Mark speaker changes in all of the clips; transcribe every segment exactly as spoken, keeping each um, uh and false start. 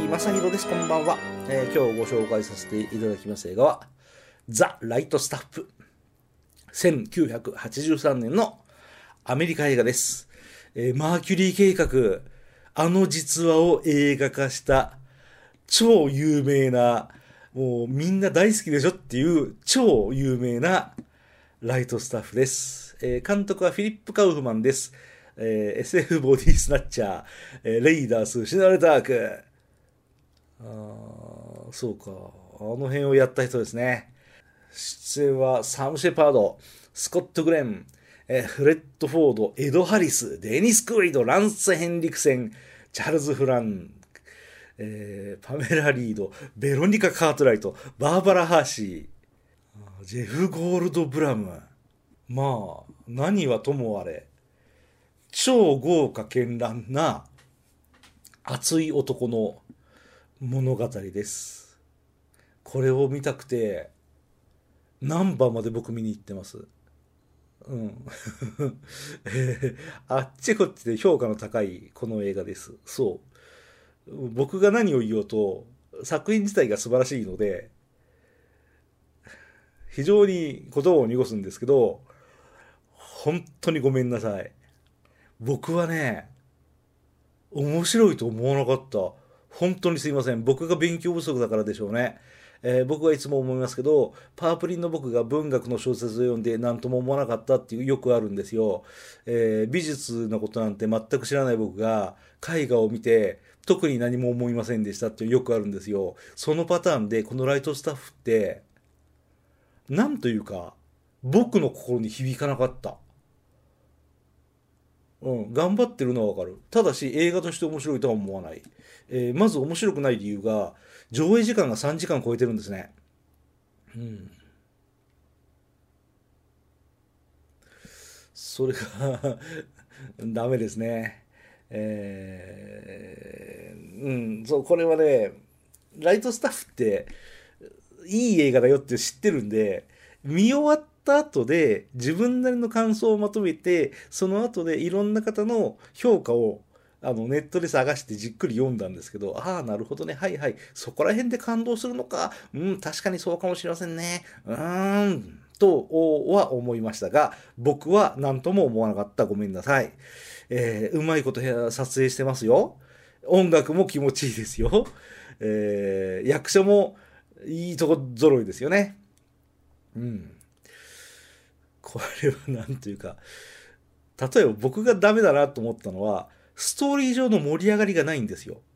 Speaker 1: 正宏です。こんばんは、えー、今日ご紹介させていただきます映画はザ・ライトスタッフ、せんきゅうひゃくはちじゅうさんねんのアメリカ映画です。えー、マーキュリー計画、あの実話を映画化した超有名な、もうみんな大好きでしょっていう超有名なライトスタッフです。えー、監督はフィリップ・カウフマンです。えー、エスエフ ボディスナッチャー、えー、レイダース、シナレターク。あー、そうか。あの辺をやった人ですね。出演はサム・シェパード、スコット・グレン、えー、フレッド・フォード、エド・ハリス、デニス・クイド、ランス・ヘンリクセン、チャールズ・フラン、えー、パメラ・リード、ベロニカ・カートライト、バーバラ・ハーシー、ジェフ・ゴールド・ブラム。まあ、何はともあれ、超豪華絢爛な熱い男の物語です。これを見たくて何番まで僕見に行ってます。うん、えーあっちこっちで評価の高いこの映画です。そう、僕が何を言おうと作品自体が素晴らしいので非常に言葉を濁すんですけど、本当にごめんなさい。僕はね、面白いと思わなかった。本当にすいません。僕が勉強不足だからでしょうね。えー僕はいつも思いますけど、パープリンの僕が文学の小説を読んで何とも思わなかったっていうよくあるんですよ。えー美術のことなんて全く知らない僕が絵画を見て特に何も思いませんでしたっていうよくあるんですよ。そのパターンでこのライトスタッフってなんというか僕の心に響かなかった。うん、頑張ってるのはわかる。ただし映画として面白いとは思わない。えーまず面白くない理由が上映時間がさんじかん超えてるんですね。うん。それがダメですね。えーうん、そう、これはね、ライトスタッフっていい映画だよって知ってるんで、見終わった後で自分なりの感想をまとめて、その後でいろんな方の評価をあのネットで探してじっくり読んだんですけど、ああ、なるほどね、はいはい、そこら辺で感動するのか、うん、確かにそうかもしれませんね、うーん、とは思いましたが、僕は何とも思わなかった。ごめんなさい。えーうまいこと撮影してますよ。音楽も気持ちいいですよ。えー役者もいいとこ揃いですよね。うん。これはなんというか、例えば僕がダメだなと思ったのは、ストーリー上の盛り上がりがないんですよ。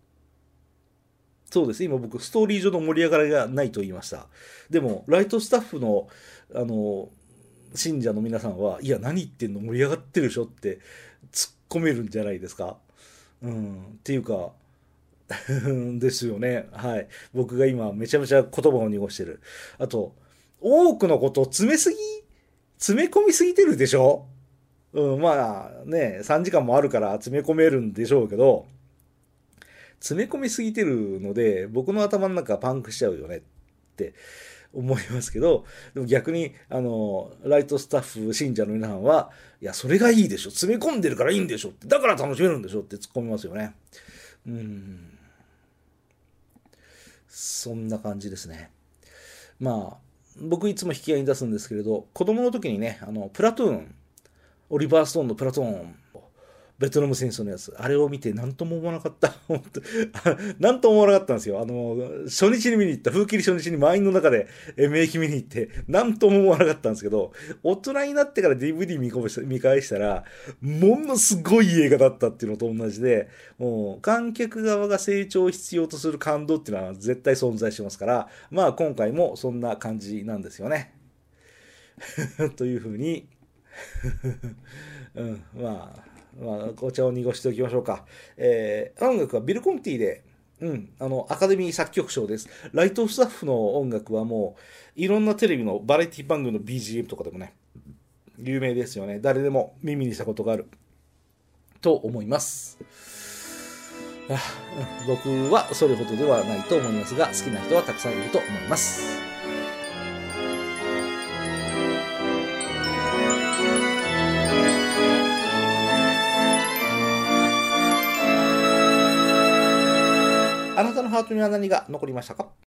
Speaker 1: そうです。今僕、ストーリー上の盛り上がりがないと言いました。でも、ライトスタッフの、あの、信者の皆さんは、いや、何言ってんの盛り上がってるでしょって突っ込めるんじゃないですか。うん。っていうか、ですよね。はい。僕が今、めちゃめちゃ言葉を濁してる。あと、多くのことを詰めすぎ詰め込みすぎてるでしょ。うん、まあね、さんじかんもあるから詰め込めるんでしょうけど、詰め込みすぎてるので、僕の頭の中がパンクしちゃうよねって思いますけど、でも逆に、あの、ライトスタッフ信者の皆さんは、いや、それがいいでしょ。詰め込んでるからいいんでしょって。だから楽しめるんでしょって突っ込みますよね。うん。そんな感じですね。まあ、僕いつも引き合いに出すんですけれど、子供の時にね、あの、プラトゥーン、オリバーストーンのプラトーン、ベトナム戦争のやつ、あれを見て何とも思わなかった。本当何とも思わなかったんですよ。あの、初日に見に行った、風切り初日に満員の中でえ名機見に行って、何とも思わなかったんですけど、大人になってから ディーブイディー 見こぼし見返したら、ものすごい映画だったっていうのと同じで、もう観客側が成長を必要とする感動っていうのは絶対存在しますから、まあ今回もそんな感じなんですよね。というふうに、うん、まあ、まあ、お茶を濁しておきましょうか。えー音楽はビル・コンティで、うん、あの、アカデミー作曲賞です。ライトスタッフの音楽はもう、いろんなテレビのバラエティ番組の ビージーエム とかでもね、有名ですよね。誰でも耳にしたことがあると思います。あうん僕はそれほどではないと思いますが、好きな人はたくさんいると思います。あなハートには何が残りましたか？